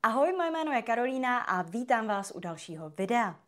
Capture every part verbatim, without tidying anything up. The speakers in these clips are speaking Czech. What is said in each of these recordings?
Ahoj, moje jméno je Karolína a vítám vás u dalšího videa.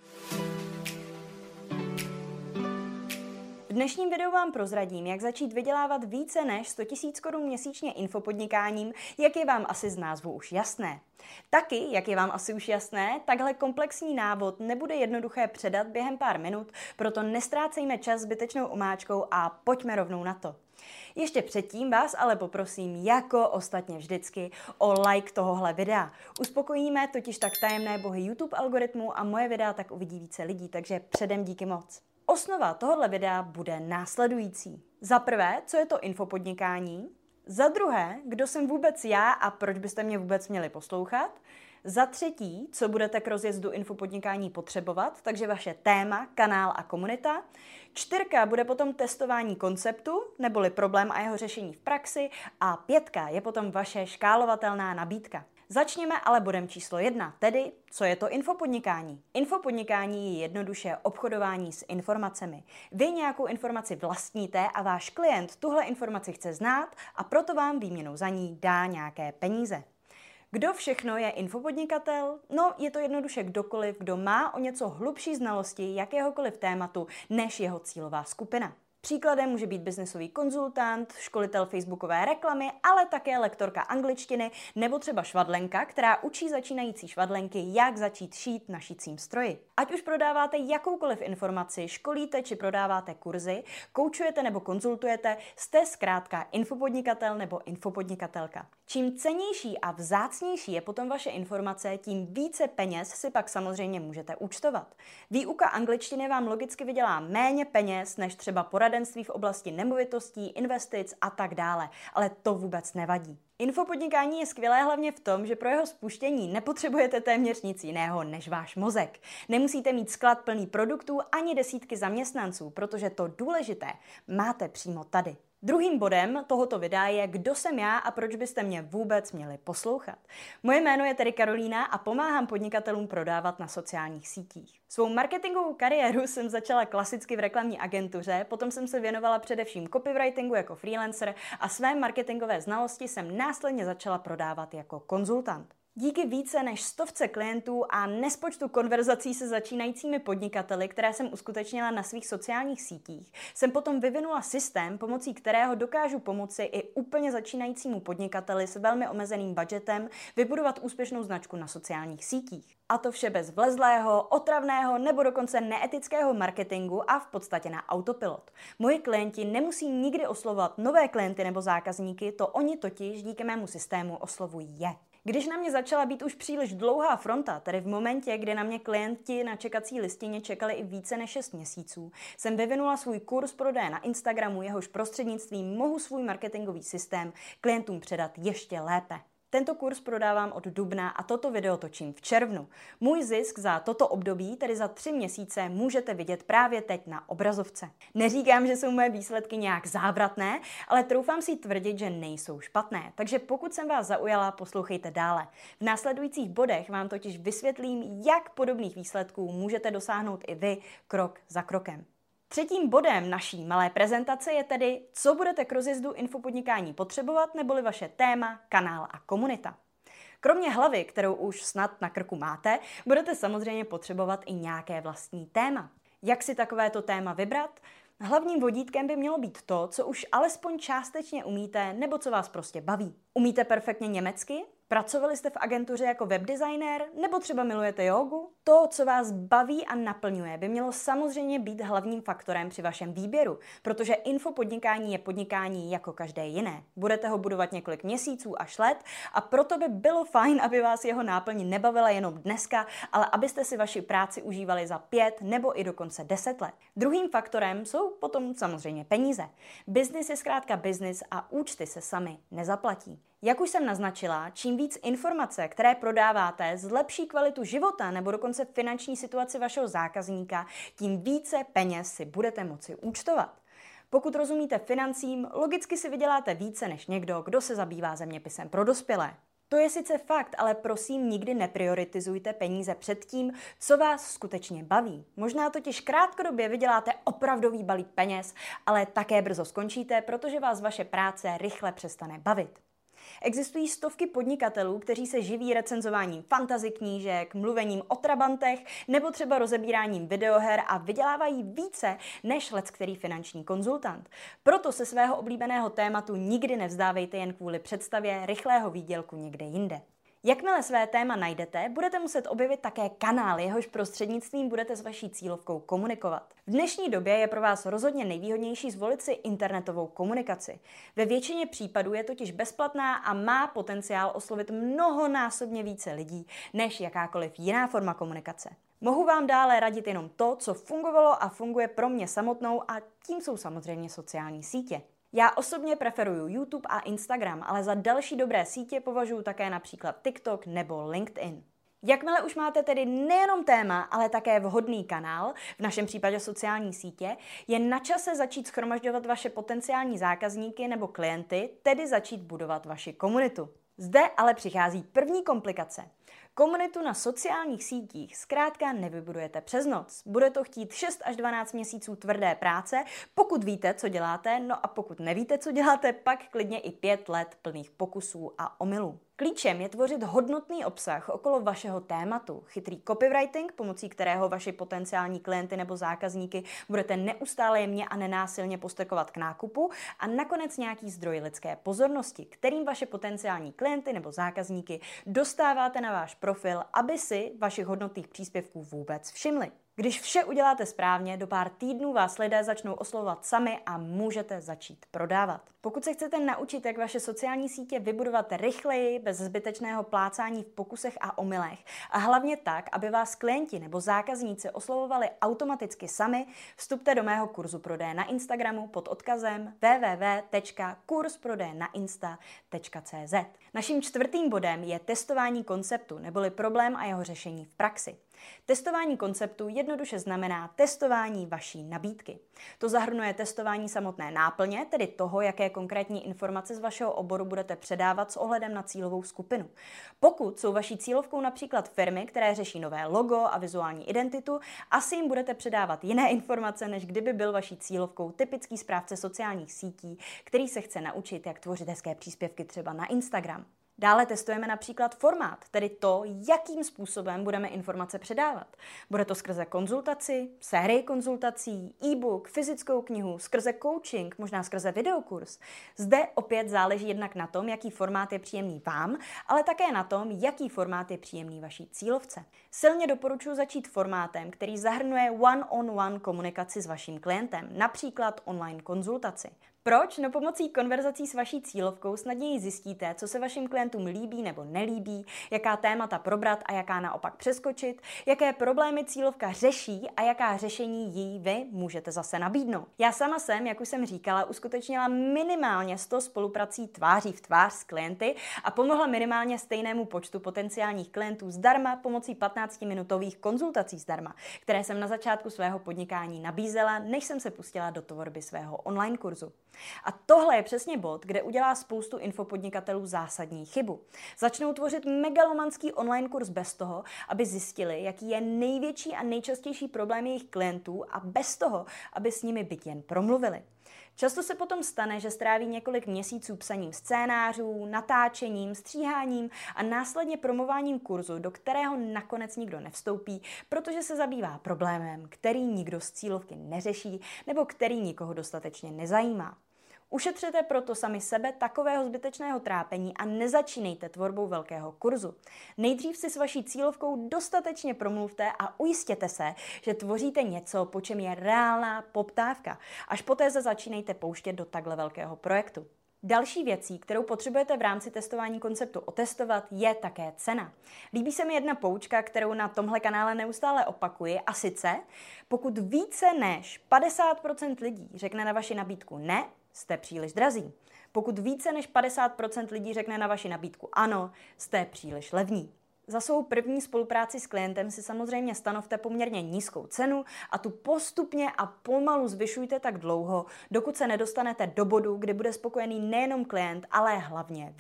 V dnešním videu vám prozradím, jak začít vydělávat více než sto tisíc korun měsíčně infopodnikáním, jak je vám asi z názvu už jasné. Taky, jak je vám asi už jasné, takhle komplexní návod nebude jednoduché předat během pár minut, proto nestrácejme čas zbytečnou omáčkou a pojďme rovnou na to. Ještě předtím vás ale poprosím, jako ostatně vždycky, o like tohohle videa. Uspokojíme totiž tak tajemné bohy YouTube algoritmu a moje videa tak uvidí více lidí, takže předem díky moc. Osnova tohohle videa bude následující. Za prvé, co je to infopodnikání? Za druhé, kdo jsem vůbec já a proč byste mě vůbec měli poslouchat? Za třetí, co budete k rozjezdu infopodnikání potřebovat, takže vaše téma, kanál a komunita. Čtyřka bude potom testování konceptu, neboli problém a jeho řešení v praxi. A pětka je potom vaše škálovatelná nabídka. Začněme ale bodem číslo jedna, tedy co je to infopodnikání. Infopodnikání je jednoduše obchodování s informacemi. Vy nějakou informaci vlastníte a váš klient tuhle informaci chce znát a proto vám výměnou za ní dá nějaké peníze. Kdo všechno je infopodnikatel? No, je to jednoduše kdokoliv, kdo má o něco hlubší znalosti jakéhokoliv tématu než jeho cílová skupina. Příkladem může být biznesový konzultant, školitel facebookové reklamy, ale také lektorka angličtiny nebo třeba švadlenka, která učí začínající švadlenky, jak začít šít na šicím stroji. Ať už prodáváte jakoukoliv informaci, školíte či prodáváte kurzy, koučujete nebo konzultujete, jste zkrátka infopodnikatel nebo infopodnikatelka. Čím cennější a vzácnější je potom vaše informace, tím více peněz si pak samozřejmě můžete účtovat. Výuka angličtiny vám logicky vydělá méně peněz než třeba poradenství v oblasti nemovitostí, investic a tak dále, ale to vůbec nevadí. Infopodnikání je skvělé hlavně v tom, že pro jeho spuštění nepotřebujete téměř nic jiného než váš mozek. Nemusíte mít sklad plný produktů ani desítky zaměstnanců, protože to důležité máte přímo tady. Druhým bodem tohoto videa je, kdo jsem já a proč byste mě vůbec měli poslouchat. Moje jméno je tedy Karolína a pomáhám podnikatelům prodávat na sociálních sítích. Svou marketingovou kariéru jsem začala klasicky v reklamní agentuře, potom jsem se věnovala především copywritingu jako freelancer a své marketingové znalosti jsem následně začala prodávat jako konzultant. Díky více než stovce klientů a nespočtu konverzací se začínajícími podnikateli, které jsem uskutečnila na svých sociálních sítích, jsem potom vyvinula systém, pomocí kterého dokážu pomoci i úplně začínajícímu podnikateli s velmi omezeným budgetem vybudovat úspěšnou značku na sociálních sítích. A to vše bez vlezlého, otravného nebo dokonce neetického marketingu a v podstatě na autopilot. Moji klienti nemusí nikdy oslovovat nové klienty nebo zákazníky, to oni totiž díky mému systému oslovují je. Když na mě začala být už příliš dlouhá fronta, tedy v momentě, kdy na mě klienti na čekací listině čekali i více než šest měsíců, jsem vyvinula svůj kurz prodeje na Instagramu, jehož prostřednictvím mohu svůj marketingový systém klientům předat ještě lépe. Tento kurz prodávám od dubna a toto video točím v červnu. Můj zisk za toto období, tedy za tři měsíce, můžete vidět právě teď na obrazovce. Neříkám, že jsou moje výsledky nějak závratné, ale troufám si tvrdit, že nejsou špatné. Takže pokud jsem vás zaujala, poslouchejte dále. V následujících bodech vám totiž vysvětlím, jak podobných výsledků můžete dosáhnout i vy krok za krokem. Třetím bodem naší malé prezentace je tedy, co budete k rozjezdu infopodnikání potřebovat, neboli vaše téma, kanál a komunita. Kromě hlavy, kterou už snad na krku máte, budete samozřejmě potřebovat i nějaké vlastní téma. Jak si takovéto téma vybrat? Hlavním vodítkem by mělo být to, co už alespoň částečně umíte nebo co vás prostě baví. Umíte perfektně německy? Pracovali jste v agentuře jako webdesigner nebo třeba milujete jógu? To, co vás baví a naplňuje, by mělo samozřejmě být hlavním faktorem při vašem výběru, protože infopodnikání je podnikání jako každé jiné. Budete ho budovat několik měsíců až let a proto by bylo fajn, aby vás jeho náplň nebavila jenom dneska, ale abyste si vaši práci užívali za pět nebo i dokonce deset let. Druhým faktorem jsou potom samozřejmě peníze. Biznis je zkrátka biznis a účty se sami nezaplatí. Jak už jsem naznačila, čím víc informace, které prodáváte, zlepší kvalitu života nebo dokonce finanční situaci vašeho zákazníka, tím více peněz si budete moci účtovat. Pokud rozumíte financím, logicky si vyděláte více než někdo, kdo se zabývá zeměpisem pro dospělé. To je sice fakt, ale prosím nikdy neprioritizujte peníze před tím, co vás skutečně baví. Možná totiž krátkodobě vyděláte opravdový balík peněz, ale také brzo skončíte, protože vás vaše práce rychle přestane bavit. Existují stovky podnikatelů, kteří se živí recenzováním fantasy knížek, mluvením o trabantech nebo třeba rozebíráním videoher a vydělávají více než leckterý finanční konzultant. Proto se svého oblíbeného tématu nikdy nevzdávejte jen kvůli představě rychlého výdělku někde jinde. Jakmile své téma najdete, budete muset objevit také kanál, jehož prostřednictvím budete s vaší cílovkou komunikovat. V dnešní době je pro vás rozhodně nejvýhodnější zvolit si internetovou komunikaci. Ve většině případů je totiž bezplatná a má potenciál oslovit mnohonásobně více lidí než jakákoliv jiná forma komunikace. Mohu vám dále radit jenom to, co fungovalo a funguje pro mě samotnou, a tím jsou samozřejmě sociální sítě. Já osobně preferuju YouTube a Instagram, ale za další dobré sítě považuji také například TikTok nebo LinkedIn. Jakmile už máte tedy nejenom téma, ale také vhodný kanál, v našem případě sociální sítě, je na čase začít shromažďovat vaše potenciální zákazníky nebo klienty, tedy začít budovat vaši komunitu. Zde ale přichází první komplikace. Komunitu na sociálních sítích zkrátka nevybudujete přes noc. Bude to chtít šest až dvanáct měsíců tvrdé práce, pokud víte, co děláte, no a pokud nevíte, co děláte, pak klidně i pět let plných pokusů a omylů. Klíčem je tvořit hodnotný obsah okolo vašeho tématu, chytrý copywriting, pomocí kterého vaši potenciální klienty nebo zákazníky budete neustále jemně a nenásilně postrkovat k nákupu, a nakonec nějaký zdroj lidské pozornosti, kterým vaše potenciální klienty nebo zákazníky dostáváte na váš profil, aby si vašich hodnotných příspěvků vůbec všimli. Když vše uděláte správně, do pár týdnů vás lidé začnou oslovovat sami a můžete začít prodávat. Pokud se chcete naučit, jak vaše sociální sítě vybudovat rychleji, bez zbytečného plácání v pokusech a omylech, a hlavně tak, aby vás klienti nebo zákazníci oslovovali automaticky sami, vstupte do mého kurzu prodeje na Instagramu pod odkazem w w w tečka kurs prodeje na insta tečka c z. Naším čtvrtým bodem je testování konceptu, neboli problém a jeho řešení v praxi. Testování konceptu jednoduše znamená testování vaší nabídky. To zahrnuje testování samotné náplně, tedy toho, jaké konkrétní informace z vašeho oboru budete předávat s ohledem na cílovou skupinu. Pokud jsou vaší cílovkou například firmy, které řeší nové logo a vizuální identitu, asi jim budete předávat jiné informace, než kdyby byl vaší cílovkou typický správce sociálních sítí, který se chce naučit, jak tvořit hezké příspěvky třeba na Instagram. Dále testujeme například formát, tedy to, jakým způsobem budeme informace předávat. Bude to skrze konzultaci, sérii konzultací, e-book, fyzickou knihu, skrze coaching, možná skrze videokurs. Zde opět záleží jednak na tom, jaký formát je příjemný vám, ale také na tom, jaký formát je příjemný vaší cílovce. Silně doporučuji začít formátem, který zahrnuje one-on-one komunikaci s vaším klientem, například online konzultaci. Proč? No pomocí konverzací s vaší cílovkou snadněji zjistíte, co se vašim klientům líbí nebo nelíbí, jaká témata probrat a jaká naopak přeskočit, jaké problémy cílovka řeší a jaká řešení jí vy můžete zase nabídnout. Já sama jsem, jak už jsem říkala, uskutečnila minimálně sto spoluprací tváří v tvář s klienty a pomohla minimálně stejnému počtu potenciálních klientů zdarma pomocí patnáctiminutových konzultací zdarma, které jsem na začátku svého podnikání nabízela, než jsem se pustila do tvorby svého online kurzu. A tohle je přesně bod, kde udělá spoustu infopodnikatelů zásadní chybu. Začnou tvořit megalomanský online kurz bez toho, aby zjistili, jaký je největší a nejčastější problém jejich klientů, a bez toho, aby s nimi byť jen promluvili. Často se potom stane, že stráví několik měsíců psaním scénářů, natáčením, stříháním a následně promováním kurzu, do kterého nakonec nikdo nevstoupí, protože se zabývá problémem, který nikdo z cílovky neřeší nebo který nikoho dostatečně nezajímá. Ušetřete proto sami sebe takového zbytečného trápení a nezačínejte tvorbou velkého kurzu. Nejdřív si s vaší cílovkou dostatečně promluvte a ujistěte se, že tvoříte něco, po čem je reálná poptávka. Až poté se začínejte pouštět do takhle velkého projektu. Další věcí, kterou potřebujete v rámci testování konceptu otestovat, je také cena. Líbí se mi jedna poučka, kterou na tomhle kanále neustále opakuji, a sice, pokud více než padesát procent lidí řekne na vaši nabídku ne, jste příliš drazí. Pokud více než padesát procent lidí řekne na vaši nabídku ano, jste příliš levní. Za svou první spolupráci s klientem si samozřejmě stanovte poměrně nízkou cenu a tu postupně a pomalu zvyšujte tak dlouho, dokud se nedostanete do bodu, kdy bude spokojený nejenom klient, ale hlavně vy.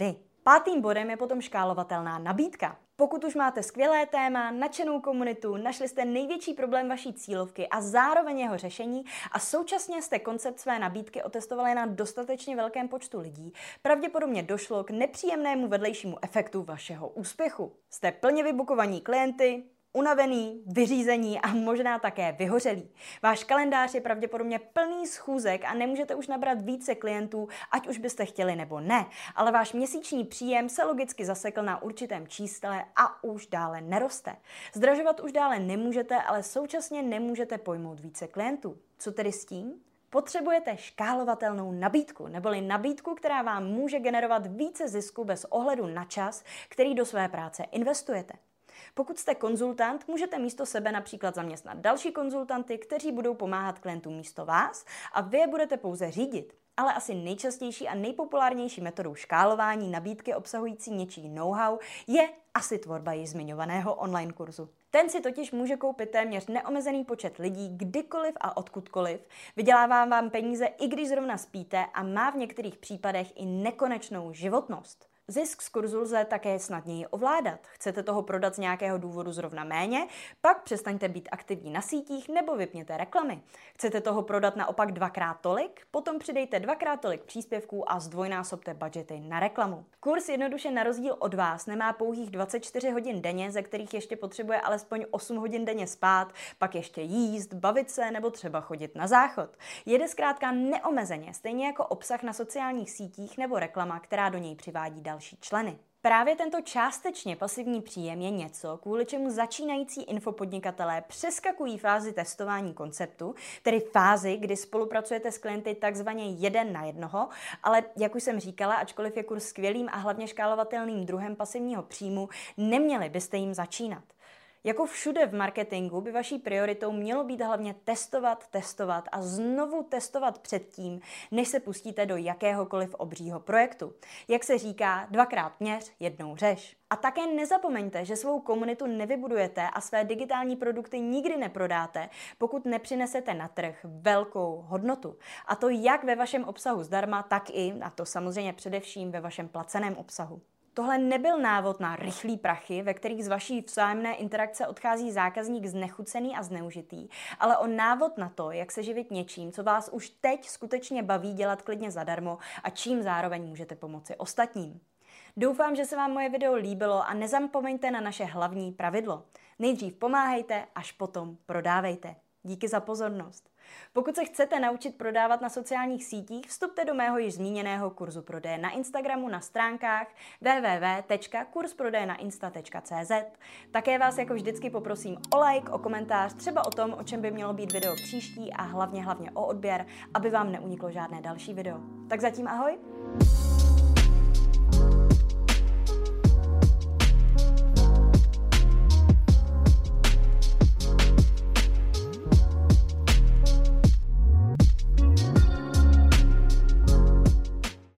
Pátým bodem je potom škálovatelná nabídka. Pokud už máte skvělé téma, nadšenou komunitu, našli jste největší problém vaší cílovky a zároveň jeho řešení a současně jste koncept své nabídky otestovali na dostatečně velkém počtu lidí, pravděpodobně došlo k nepříjemnému vedlejšímu efektu vašeho úspěchu. Jste plně vybukovaní klienty, unavený, vyřízení a možná také vyhořelý. Váš kalendář je pravděpodobně plný schůzek a nemůžete už nabrat více klientů, ať už byste chtěli nebo ne, ale váš měsíční příjem se logicky zasekl na určitém čísle a už dále neroste. Zdražovat už dále nemůžete, ale současně nemůžete pojmout více klientů. Co tedy s tím? Potřebujete škálovatelnou nabídku, neboli nabídku, která vám může generovat více zisku bez ohledu na čas, který do své práce investujete. Pokud jste konzultant, můžete místo sebe například zaměstnat další konzultanty, kteří budou pomáhat klientům místo vás a vy je budete pouze řídit. Ale asi nejčastější a nejpopulárnější metodou škálování nabídky obsahující něčí know-how je asi tvorba již zmiňovaného online kurzu. Ten si totiž může koupit téměř neomezený počet lidí kdykoliv a odkudkoliv, vydělává vám peníze, i když zrovna spíte a má v některých případech i nekonečnou životnost. Zisk z kurzu lze také snadněji ovládat. Chcete toho prodat z nějakého důvodu zrovna méně, pak přestaňte být aktivní na sítích nebo vypněte reklamy. Chcete toho prodat naopak dvakrát tolik, potom přidejte dvakrát tolik příspěvků a zdvojnásobte budgety na reklamu. Kurz jednoduše na rozdíl od vás nemá pouhých dvacet čtyři hodin denně, ze kterých ještě potřebuje alespoň osm hodin denně spát, pak ještě jíst, bavit se nebo třeba chodit na záchod. Jede zkrátka neomezeně, stejně jako obsah na sociálních sítích nebo reklama, která do něj přivádí další členy. Právě tento částečně pasivní příjem je něco, kvůli čemu začínající infopodnikatelé přeskakují fázi testování konceptu, tedy fázi, kdy spolupracujete s klienty takzvaně jeden na jednoho, ale jak už jsem říkala, ačkoliv je kurz skvělým a hlavně škálovatelným druhem pasivního příjmu, neměli byste jim začínat. Jako všude v marketingu by vaší prioritou mělo být hlavně testovat, testovat a znovu testovat předtím, než se pustíte do jakéhokoliv obřího projektu. Jak se říká, dvakrát měř, jednou řeš. A také nezapomeňte, že svou komunitu nevybudujete a své digitální produkty nikdy neprodáte, pokud nepřinesete na trh velkou hodnotu. A to jak ve vašem obsahu zdarma, tak i, a to samozřejmě především ve vašem placeném obsahu. Tohle nebyl návod na rychlý prachy, ve kterých z vaší vzájemné interakce odchází zákazník znechucený a zneužitý, ale o návod na to, jak se živit něčím, co vás už teď skutečně baví dělat klidně zadarmo a čím zároveň můžete pomoci ostatním. Doufám, že se vám moje video líbilo a nezapomeňte na naše hlavní pravidlo. Nejdřív pomáhejte, až potom prodávejte. Díky za pozornost. Pokud se chcete naučit prodávat na sociálních sítích, vstupte do mého již zmíněného kurzu prodeje na Instagramu na stránkách w w w tečka kurz prodeje na insta tečka c z. Také vás jako vždycky poprosím o like, o komentář, třeba o tom, o čem by mělo být video příští a hlavně hlavně o odběr, aby vám neuniklo žádné další video. Tak zatím ahoj!